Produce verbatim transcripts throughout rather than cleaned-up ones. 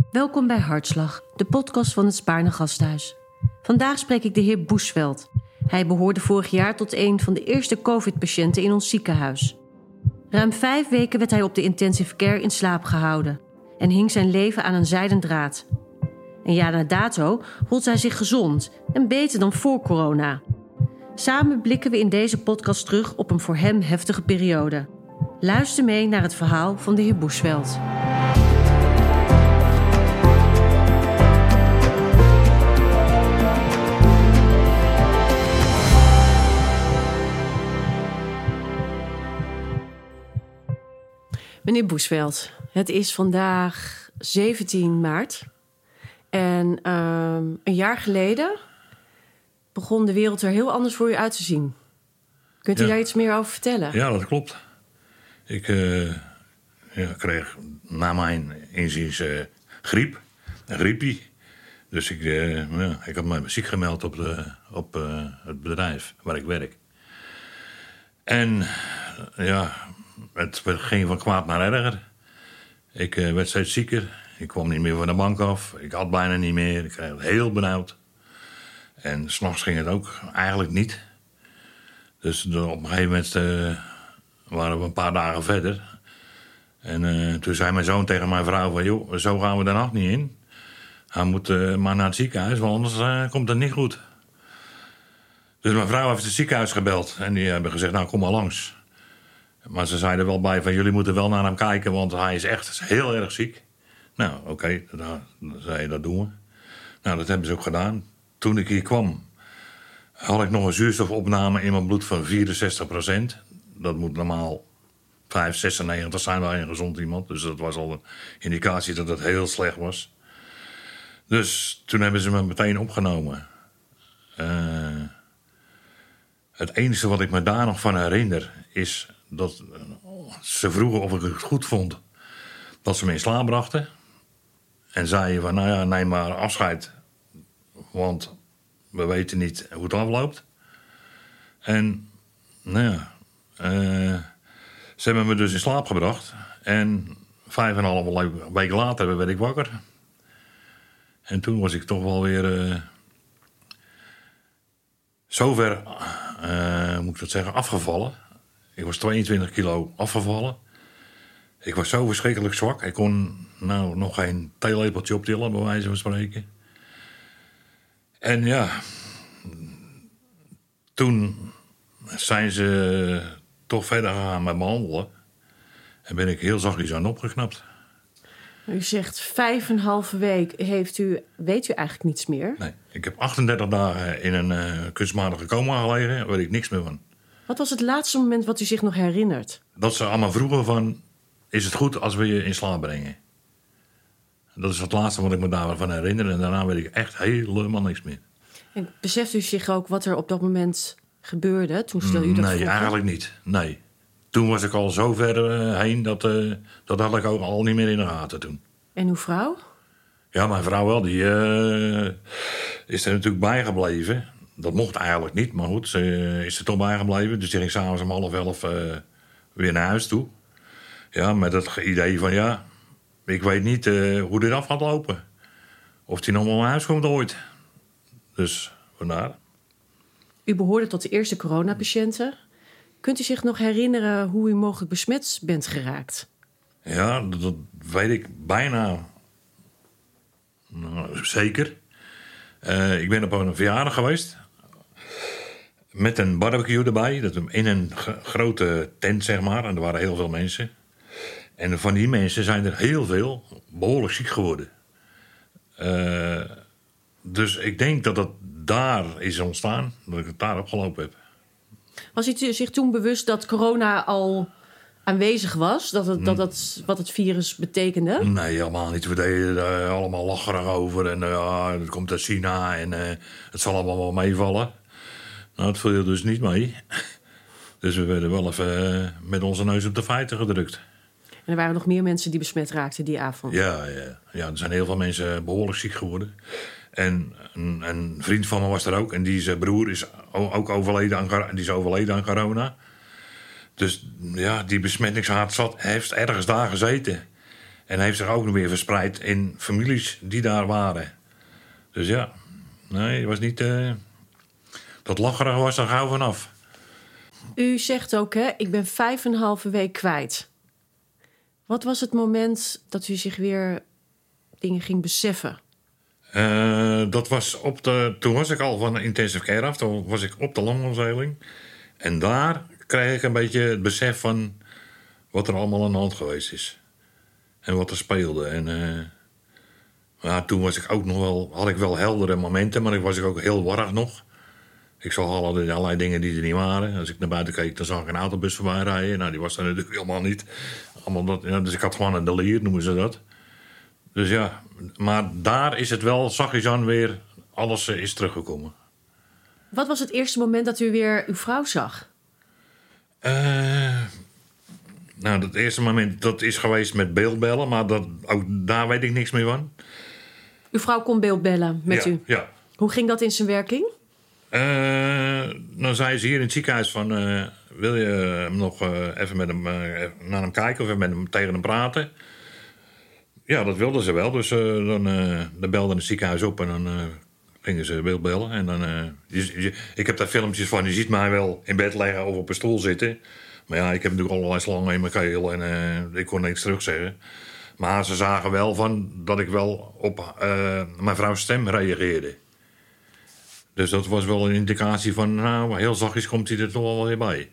Welkom bij Hartslag, de podcast van het Spaarne Gasthuis. Vandaag spreek ik de heer Boesveld. Hij behoorde vorig jaar tot een van de eerste covid-patiënten in ons ziekenhuis. Ruim vijf weken werd hij op de intensive care in slaap gehouden en hing zijn leven aan een zijden draad. Een jaar na dato voelt hij zich gezond en beter dan voor corona. Samen blikken we in deze podcast terug op een voor hem heftige periode. Luister mee naar het verhaal van de heer Boesveld. Meneer Boesveld, het is vandaag zeventien maart. En uh, een jaar geleden begon de wereld er heel anders voor u uit te zien. Kunt u ja. daar iets meer over vertellen? Ja, dat klopt. Ik uh, ja, kreeg na mijn inziens uh, griep, een griepie. Dus ik, uh, ja, ik had me ziek gemeld op, de, op uh, het bedrijf waar ik werk. En ja, het ging van kwaad naar erger. Ik uh, werd steeds zieker. Ik kwam niet meer van de bank af. Ik had bijna niet meer. Ik kreeg het heel benauwd. En 's nachts ging het ook eigenlijk niet. Dus op een gegeven moment uh, waren we een paar dagen verder. En uh, toen zei mijn zoon tegen mijn vrouw van... joh, zo gaan we de nacht niet in. Hij moet uh, maar naar het ziekenhuis, want anders uh, komt het niet goed. Dus mijn vrouw heeft het ziekenhuis gebeld. En die hebben gezegd, nou kom maar langs. Maar ze zeiden wel bij van... jullie moeten wel naar hem kijken, want hij is echt heel erg ziek. Nou, oké, okay, dan zei je, dat doen we. Nou, dat hebben ze ook gedaan. Toen ik hier kwam, had ik nog een zuurstofopname in mijn bloed van vierenzestig procent. Dat moet normaal vijf, zesennegentig zijn bij een gezond iemand. Dus dat was al een indicatie dat het heel slecht was. Dus toen hebben ze me meteen opgenomen. Uh, het enige wat ik me daar nog van herinner is dat ze vroegen of ik het goed vond dat ze me in slaap brachten. En zeiden van, nou ja, neem maar afscheid. Want we weten niet hoe het afloopt. En, nou ja... Uh, ze hebben me dus in slaap gebracht. En vijf en een half week later werd ik wakker. En toen was ik toch wel weer... Uh, zover, uh, moet ik dat zeggen, afgevallen. Ik was tweeëntwintig kilo afgevallen. Ik was zo verschrikkelijk zwak. Ik kon nou nog geen theelepeltje optillen, bij wijze van spreken. En ja, toen zijn ze toch verder gegaan met behandelen. En ben ik heel zachtjes aan opgeknapt. U zegt vijf en een halve week heeft u, weet u eigenlijk niets meer? Nee, ik heb achtendertig dagen in een uh, kunstmatige coma gelegen. Daar weet ik niks meer van. Wat was het laatste moment wat u zich nog herinnert? Dat ze allemaal vroegen van... is het goed als we je in slaap brengen? Dat is het laatste wat ik me daarvan herinner. En daarna weet ik echt helemaal niks meer. En beseft u zich ook wat er op dat moment gebeurde? Toen stel u dat nee, vroeg? eigenlijk niet. Nee. Toen was ik al zo ver uh, heen... Dat, uh, dat had ik ook al niet meer in de gaten toen. En uw vrouw? Ja, mijn vrouw wel. Die uh, is er natuurlijk bijgebleven. Dat mocht eigenlijk niet. Maar goed, ze uh, is er toch bijgebleven. Dus die ging s'avonds om half elf uh, weer naar huis toe. Ja, met het idee van ja... ik weet niet uh, hoe dit af gaat lopen. Of die nog wel naar huis komt ooit. Dus vandaar. U behoorde tot de eerste coronapatiënten. Kunt u zich nog herinneren hoe u mogelijk besmet bent geraakt? Ja, dat, dat weet ik bijna nou, zeker. Uh, ik ben op een verjaardag geweest. Met een barbecue erbij. Dat in een g- grote tent, zeg maar. En er waren heel veel mensen. En van die mensen zijn er heel veel behoorlijk ziek geworden. Uh, dus ik denk dat het daar is ontstaan. Dat ik het daar opgelopen heb. Was u zich toen bewust dat corona al aanwezig was? Dat het, dat het, wat het virus betekende? Nee, helemaal niet. We deden er allemaal lacherig over. En uh, ja, het komt uit China en uh, het zal allemaal wel meevallen. Nou, dat viel dus niet mee. Dus we werden wel even uh, met onze neus op de feiten gedrukt. En er waren nog meer mensen die besmet raakten die avond? Ja, ja, ja, er zijn heel veel mensen behoorlijk ziek geworden. En een, een vriend van me was er ook. En die zijn broer is ook overleden aan, die is overleden aan corona. Dus ja, die besmettingshaard zat, heeft ergens daar gezeten. En heeft zich ook nog weer verspreid in families die daar waren. Dus ja, nee, het was niet... Uh, dat lacherig was er gauw vanaf. U zegt ook, hè, ik ben vijf en een halve week kwijt. Wat was het moment dat u zich weer dingen ging beseffen? Uh, dat was op de, toen was ik al van de intensive care af. Toen was ik op de longafdeling. En daar kreeg ik een beetje het besef van wat er allemaal aan de hand geweest is. En wat er speelde. En uh, ja, toen was ik ook nog wel, had ik wel heldere momenten, maar ik was ik ook heel warrig nog. Ik zag allerlei, allerlei dingen die er niet waren. Als ik naar buiten keek, dan zag ik een autobus voorbij rijden. Nou, die was er natuurlijk helemaal niet. Allemaal dat, ja, dus ik had gewoon een delier, noemen ze dat. Dus ja, maar daar is het wel, zachtjes aan weer, alles uh, is teruggekomen. Wat was het eerste moment dat u weer uw vrouw zag? Uh, nou, dat eerste moment, dat is geweest met beeldbellen. Maar dat, ook daar weet ik niks meer van. Uw vrouw kon beeldbellen met ja, u? Ja. Hoe ging dat in zijn werking? Uh, dan zei ze hier in het ziekenhuis van... Uh, wil je hem nog uh, even met hem, uh, naar hem kijken of even met hem tegen hem praten? Ja, dat wilden ze wel. Dus uh, dan, uh, dan belde het ziekenhuis op en dan uh, gingen ze beeldbellen. En dan, uh, je, je, ik heb daar filmpjes van. Je ziet mij wel in bed liggen of op een stoel zitten. Maar ja, ik heb natuurlijk allerlei slangen in mijn keel en uh, ik kon niks terugzeggen. Maar ze zagen wel van dat ik wel op uh, mijn vrouws stem reageerde. Dus dat was wel een indicatie van, nou, heel zachtjes komt hij er toch wel weer bij.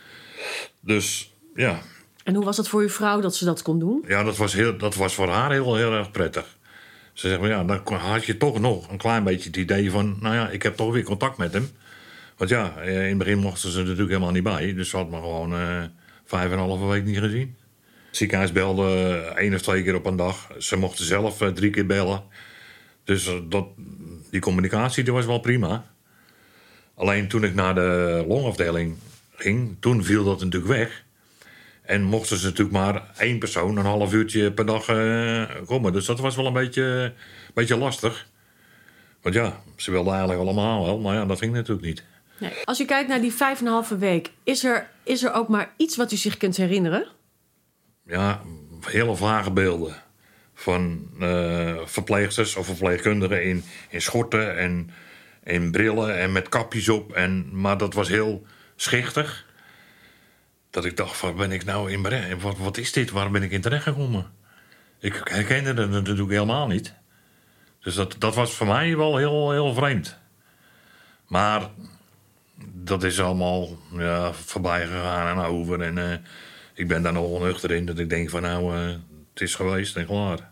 Dus, ja. En hoe was het voor uw vrouw dat ze dat kon doen? Ja, dat was, heel, dat was voor haar heel, heel erg prettig. Ze zegt, ja, dan had je toch nog een klein beetje het idee van... nou ja, ik heb toch weer contact met hem. Want ja, in het begin mochten ze er natuurlijk helemaal niet bij. Dus ze had me gewoon uh, vijf en een halve week niet gezien. Het ziekenhuis belde één of twee keer op een dag. Ze mochten zelf uh, drie keer bellen. Dus uh, dat... Die communicatie die was wel prima. Alleen toen ik naar de longafdeling ging, toen viel dat natuurlijk weg. En mochten ze natuurlijk maar één persoon een half uurtje per dag uh, komen. Dus dat was wel een beetje, een beetje lastig. Want ja, ze wilden eigenlijk allemaal wel, maar ja, dat ging natuurlijk niet. Nee. Als u kijkt naar die vijf en een halve week, is er, is er ook maar iets wat u zich kunt herinneren? Ja, hele vage beelden. Van uh, verpleegsters of verpleegkundigen in, in schorten en in brillen en met kapjes op. En, maar dat was heel schichtig. Dat ik dacht, waar ben ik nou in bereid? Wat, wat is dit? Waar ben ik in terechtgekomen? Ik herkende het natuurlijk helemaal niet. Dus dat, dat was voor mij wel heel, heel vreemd. Maar dat is allemaal ja, voorbij gegaan en over. En uh, ik ben daar nog onnuchter in dat ik denk van nou... Uh, het is geweest en klaar.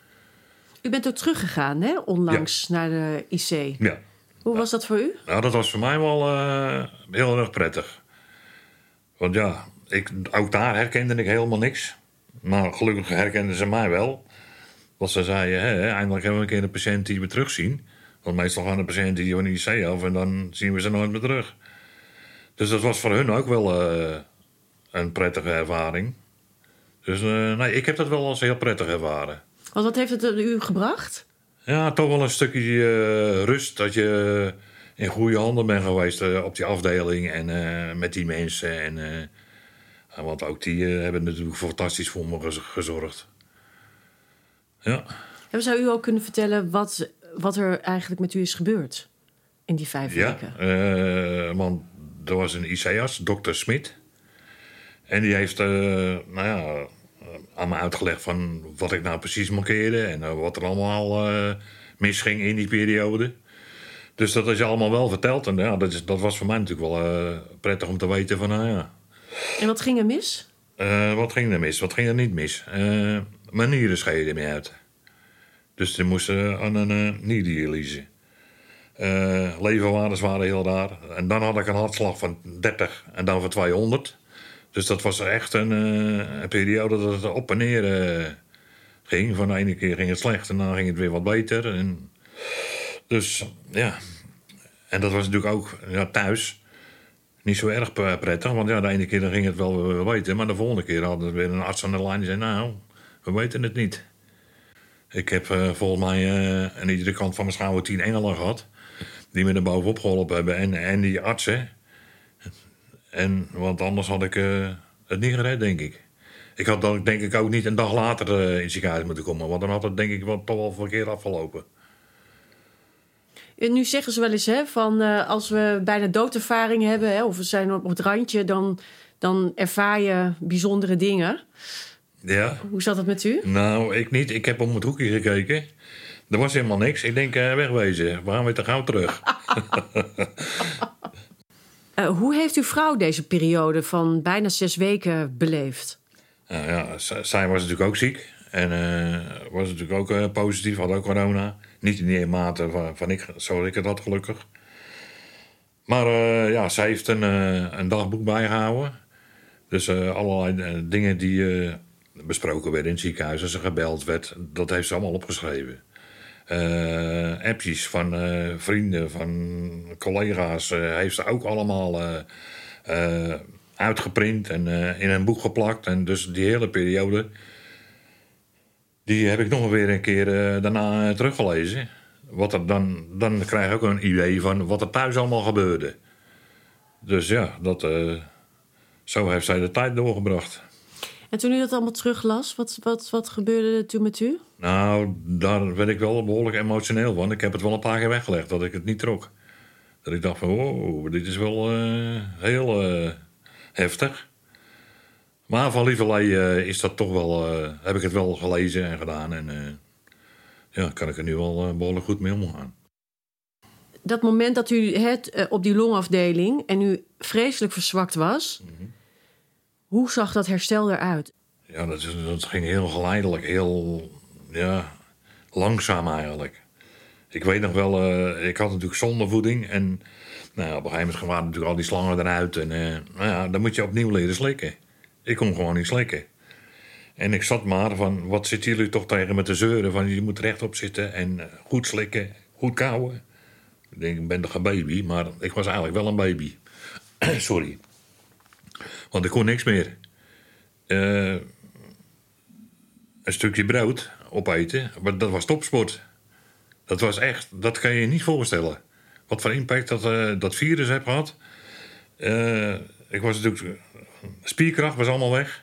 U bent ook teruggegaan, hè? Onlangs ja. naar de I C. Ja. Hoe was dat voor u? Nou, dat was voor mij wel uh, heel erg prettig. Want ja, ik, ook daar herkende ik helemaal niks. Maar gelukkig herkenden ze mij wel. Want ze zeiden, hè, eindelijk hebben we een keer een patiënt die we terugzien. Want meestal gaan de patiënten hier van de I C af en dan zien we ze nooit meer terug. Dus dat was voor hun ook wel uh, een prettige ervaring. Dus uh, nee, ik heb dat wel als heel prettig ervaren. Want wat heeft het u gebracht? Ja, toch wel een stukje uh, rust. Dat je in goede handen bent geweest uh, op die afdeling en uh, met die mensen. En, uh, want ook die uh, hebben natuurlijk fantastisch voor me gezorgd. Ja. En zou u ook kunnen vertellen wat, wat er eigenlijk met u is gebeurd in die vijf ja, weken? Ja, uh, want er was een I C-arts, dokter Smit. En die heeft, uh, nou ja, aan me uitgelegd van wat ik nou precies mankeerde en uh, wat er allemaal uh, misging in die periode. Dus dat is allemaal wel verteld. En ja, dat, is, dat was voor mij natuurlijk wel uh, prettig om te weten van, nou ja. En wat ging er mis? Uh, wat ging er mis? Wat ging er niet mis? Uh, mijn nieren scheiden me uit. Dus die moesten aan een uh, nierdialyse. Uh, leverwaardes waren heel raar. En dan had ik een hartslag van dertig en dan van tweehonderd. Dus dat was echt een, uh, een periode dat het op en neer uh, ging. Van de ene keer ging het slecht en dan ging het weer wat beter. En dus ja, en dat was natuurlijk ook ja, thuis niet zo erg prettig. Want ja, de ene keer dan ging het wel weer beter. Maar de volgende keer hadden we weer een arts aan de lijn die zei, nou, we weten het niet. Ik heb uh, volgens mij uh, aan iedere kant van mijn schouder tien engelen gehad. Die me er bovenop geholpen hebben. En, en die artsen. En, want anders had ik uh, het niet gered, denk ik. ik had dan denk ik ook niet een dag later uh, in het ziekenhuis moeten komen. Want dan had het denk ik wel, toch wel verkeerd afgelopen. Nu zeggen ze wel eens, hè, van uh, als we bijna doodervaring hebben, hè, of we zijn op het randje, dan, dan ervaar je bijzondere dingen. Ja. Hoe zat het met u? Nou, ik niet. Ik heb om het hoekje gekeken. Er was helemaal niks. Ik denk, uh, wegwezen. We gaan weer te gauw terug. uh, hoe heeft uw vrouw deze periode van bijna zes weken beleefd? Nou ja, z- zij was natuurlijk ook ziek. En uh, was natuurlijk ook uh, positief, had ook corona. Niet in die mate van, van ik, zoals ik het had, gelukkig. Maar uh, ja, zij heeft een, uh, een dagboek bijgehouden. Dus uh, allerlei uh, dingen die uh, besproken werden in het ziekenhuis. Als er gebeld werd, dat heeft ze allemaal opgeschreven. Uh, appjes van uh, vrienden, van collega's, uh, heeft ze ook allemaal uh, uh, uitgeprint en uh, in een boek geplakt. En dus die hele periode, die heb ik nog weer een keer uh, daarna uh, teruggelezen. Wat er dan, dan krijg je ook een idee van wat er thuis allemaal gebeurde. Dus ja, dat, uh, zo heeft zij de tijd doorgebracht. En toen u dat allemaal teruglas, wat, wat, wat gebeurde er toen met u? Nou, daar werd ik wel behoorlijk emotioneel van. Ik heb het wel een paar keer weggelegd, dat ik het niet trok. Dat ik dacht van, wow, dit is wel uh, heel uh, heftig. Maar van lieverlei uh, is dat toch wel, uh, heb ik het wel gelezen en gedaan. En uh, ja, kan ik er nu wel uh, behoorlijk goed mee omgaan. Dat moment dat u het, uh, op die longafdeling en u vreselijk verzwakt was, mm-hmm. Hoe zag dat herstel eruit? Ja, dat, dat ging heel geleidelijk, heel ja, langzaam eigenlijk. Ik weet nog wel, uh, ik had natuurlijk zondevoeding en nou, op een gegeven moment waren natuurlijk al die slangen eruit. En uh, nou ja, dan moet je opnieuw leren slikken. Ik kon gewoon niet slikken. En ik zat maar van, wat zitten jullie toch tegen met de zeuren? Van, je moet rechtop zitten en uh, goed slikken, goed kauwen. Ik denk, ik ben toch een baby, maar ik was eigenlijk wel een baby. Sorry. Want ik kon niks meer. Uh, een stukje brood opeten, maar dat was topsport. Dat was echt, dat kan je je niet voorstellen. Wat voor impact dat, uh, dat virus heeft gehad. Uh, ik was natuurlijk, spierkracht was allemaal weg.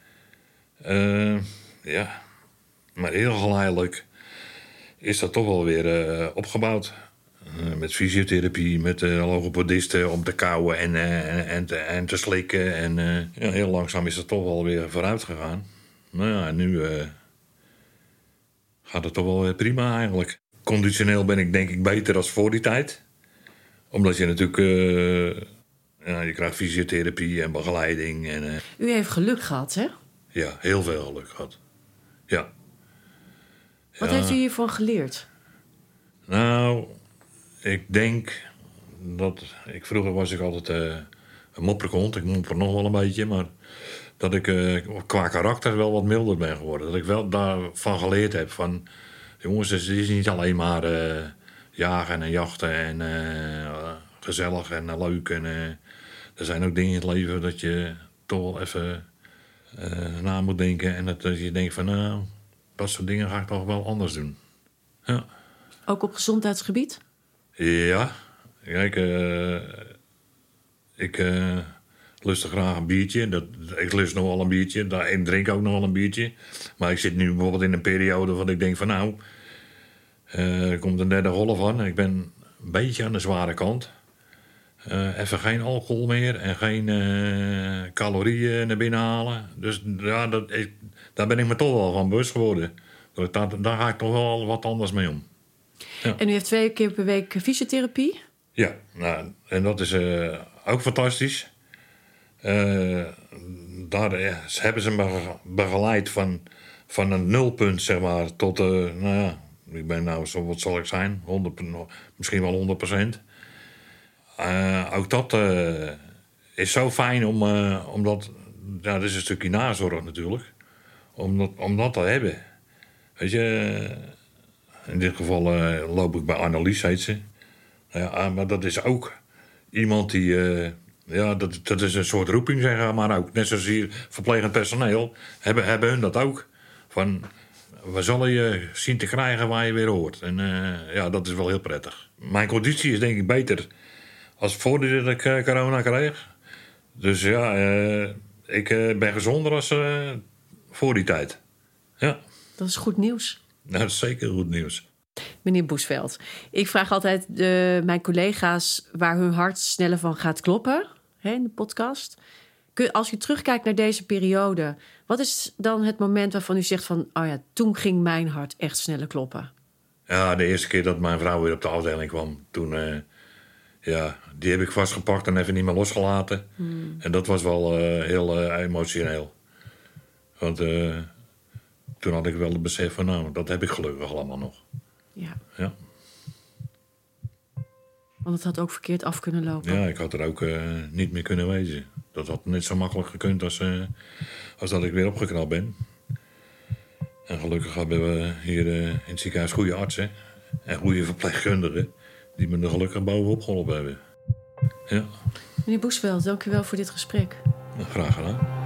Uh, ja, maar heel geleidelijk is dat toch wel weer uh, opgebouwd. Uh, met fysiotherapie, met uh, logopedisten om te kauwen en, uh, en, te, en te slikken. En uh, ja, heel langzaam is het toch wel weer vooruit gegaan. Nou ja, en nu uh, gaat het toch wel weer prima eigenlijk. Conditioneel ben ik denk ik beter dan voor die tijd. Omdat je natuurlijk, uh, ja, je krijgt fysiotherapie en begeleiding. En, uh, U heeft geluk gehad, hè? Ja, heel veel geluk gehad. Ja. Wat ja. heeft u hiervan geleerd? Nou, ik denk dat... Ik, vroeger was ik altijd uh, een mopperkont. Ik mopper nog wel een beetje, maar... dat ik uh, qua karakter wel wat milder ben geworden. Dat ik wel daarvan geleerd heb van... jongens, het is niet alleen maar uh, jagen en jachten en uh, gezellig en uh, leuk. En, uh, er zijn ook dingen in het leven dat je toch wel even uh, na moet denken. En dat, dat je denkt van, nou, dat soort dingen ga ik toch wel anders doen. Ja. Ook op gezondheidsgebied? Ja. Kijk, uh, ik... Uh, lust graag een biertje. Dat, ik lust nog wel een biertje. Ik drink ook nog wel een biertje. Maar ik zit nu bijvoorbeeld in een periode van ik denk van nou... Uh, er komt een derde golf aan. Ik ben een beetje aan de zware kant. Uh, even geen alcohol meer en geen uh, calorieën naar binnen halen. Dus ja, dat, ik, daar ben ik me toch wel van bewust geworden. Dat, daar, daar ga ik toch wel wat anders mee om. Ja. En u heeft twee keer per week fysiotherapie? Ja, nou, en dat is uh, ook fantastisch. Uh, daar uh, hebben ze me begeleid van, van een nulpunt, zeg maar, tot, uh, nou ja, ik ben nou, zo, wat zal ik zijn, honderd, misschien wel honderd procent. Uh, ook dat uh, is zo fijn om, uh, omdat, ja, dat is een stukje nazorg natuurlijk, om dat, om dat te hebben. Weet je, in dit geval uh, loop ik bij Annelies, heet ze. Ja, maar dat is ook iemand die... Uh, Ja, dat, dat is een soort roeping, zeg maar ook. Net zoals hier verplegend personeel hebben, hebben hun dat ook. Van, we zullen je zien te krijgen waar je weer hoort. En uh, ja, dat is wel heel prettig. Mijn conditie is denk ik beter als voordat ik uh, corona kreeg. Dus ja, uh, ik uh, ben gezonder als uh, voor die tijd. Ja. Dat is goed nieuws. Nou, dat is zeker goed nieuws. Meneer Boesveld, ik vraag altijd de, mijn collega's waar hun hart sneller van gaat kloppen, hè, in de podcast. Kun, als u terugkijkt naar deze periode, wat is dan het moment waarvan u zegt van, oh ja, toen ging mijn hart echt sneller kloppen? Ja, de eerste keer dat mijn vrouw weer op de afdeling kwam, toen, uh, ja, die heb ik vastgepakt en even niet meer losgelaten. Hmm. En dat was wel uh, heel uh, emotioneel. Want uh, toen had ik wel het besef van, nou, dat heb ik gelukkig allemaal nog. Ja. Ja. Want het had ook verkeerd af kunnen lopen. Ja, ik had er ook uh, niet meer kunnen wezen. Dat had net zo makkelijk gekund als, uh, als dat ik weer opgeknapt ben. En gelukkig hebben we hier uh, in het ziekenhuis goede artsen en goede verpleegkundigen die me er gelukkig bovenop geholpen hebben. Ja. Meneer Boesveld, dank u wel voor dit gesprek. Graag gedaan.